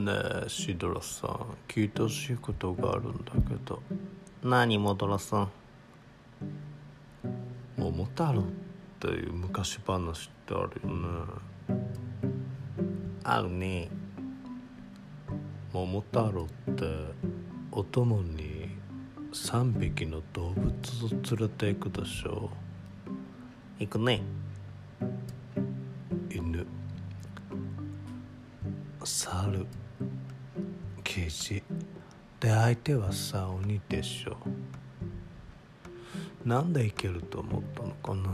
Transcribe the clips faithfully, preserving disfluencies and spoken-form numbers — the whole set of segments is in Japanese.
ねえシドラさん、聞いてほしいことがあるんだけど。何モドラさん。桃太郎っていう昔話ってあるよね。 あるね。 桃太郎ってお供にさんびきの動物を連れて行くでしょ。 行くね。 犬、猿、キジで、相手はさ鬼でしょ。なんでいけると思ったのかな。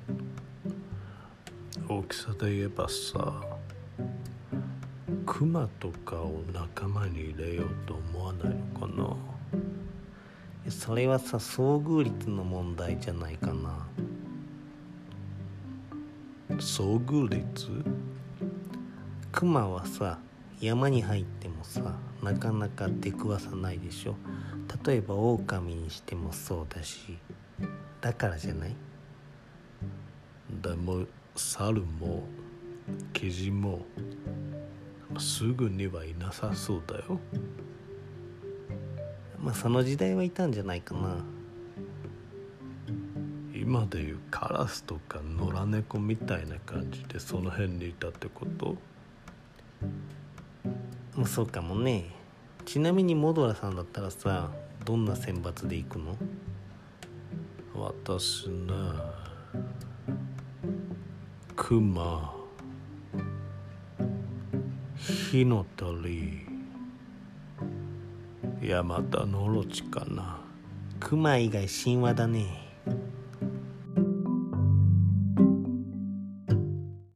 大きさで言えばさ、クマとかを仲間に入れようと思わないのかな。 それはさ、遭遇率の問題じゃないかな。 遭遇率？ クマはさ、山に入ってもさ、なかなか出くわさないでしょ。例えば狼にしてもそうだし、だからじゃない？ でも猿もキジもすぐにはいなさそうだよ。 まあその時代はいたんじゃないかな。 今でいうカラスとか野良猫みたいな感じでその辺にいたってこと？ まあそうかもね。ちなみにモドラさんだったらさ、どんな選抜で行くの？ 私ね、クマ、火の鳥、山田のオロチかな。 クマ以外神話だね。